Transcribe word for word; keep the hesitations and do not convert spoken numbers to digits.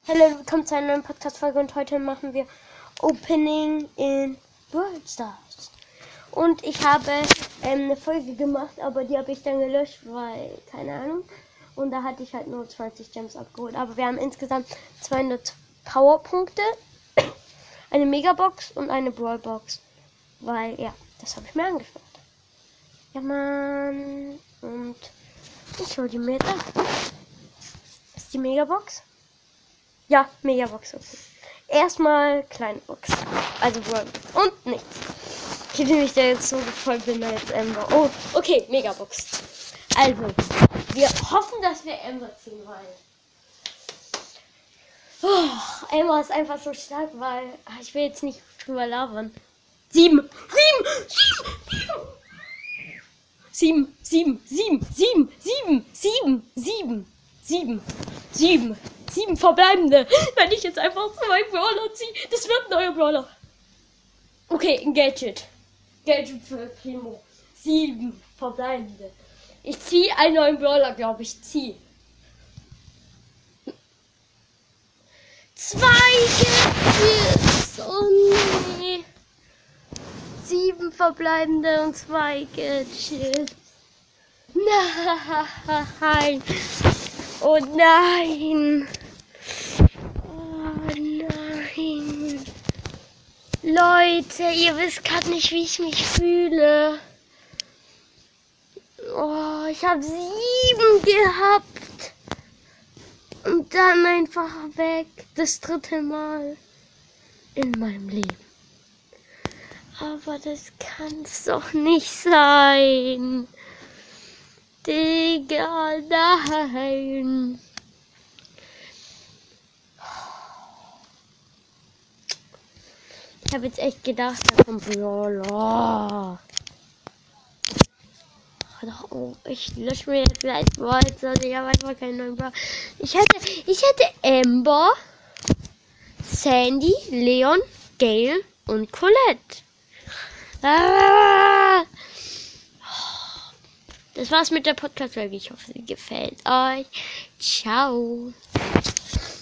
Hallo, willkommen zu einer neuen Podcast-Folge und heute machen wir Opening in Brawl Stars. Und ich habe ähm, eine Folge gemacht, aber die habe ich dann gelöscht, weil, keine Ahnung. Und da hatte ich halt nur zwanzig Gems abgeholt. Aber wir haben insgesamt zweihundert Powerpunkte, eine Megabox und eine Brawlbox. Weil, ja, das habe ich mir angespart. Ja, Mann. Und ich hole die mir jetzt ab. Das ist die Megabox. Ja, Megabox, okay. Erstmal kleine Box. Also Brawlbox. Und nichts. Ich hätte mich da jetzt so voll bin als Ember. Oh, okay, Megabox. Also, wir hoffen, dass wir Ember ziehen, weil oh, Ember ist einfach so stark, weil ach, ich will jetzt nicht drüber labern. Sieben, sieben, sieben, sieben, sieben, sieben, sieben, sieben, sieben, sieben, sieben, sieben verbleibende. Wenn ich jetzt einfach zwei Brawler ziehe, das wird ein neuer Brawler. Okay, ein Gadget. Gadget für Primo. Sieben verbleibende. Ich ziehe einen neuen Brawler, glaube ich. Zieh. Zwei Gadgets. Oh nee. Sieben verbleibende und zwei Gadgets. Nein. Oh nein. Oh nein. Leute, ihr wisst gerade nicht, wie ich mich fühle. Oh, ich habe sieben gehabt. Und dann einfach weg. Das dritte Mal in meinem Leben. Aber das kann's doch nicht sein. Digga, nein. Ich habe jetzt echt gedacht, da kommt Brawler. Oh, ich lösche mir jetzt gleich weiter. Ich habe einfach keinen neuen Brawler. Ich hätte, ich hätte Amber, Sandy, Leon, Gale und Colette. Ah! Das war's mit der Podcast-Folge. Ich hoffe, sie gefällt euch. Ciao.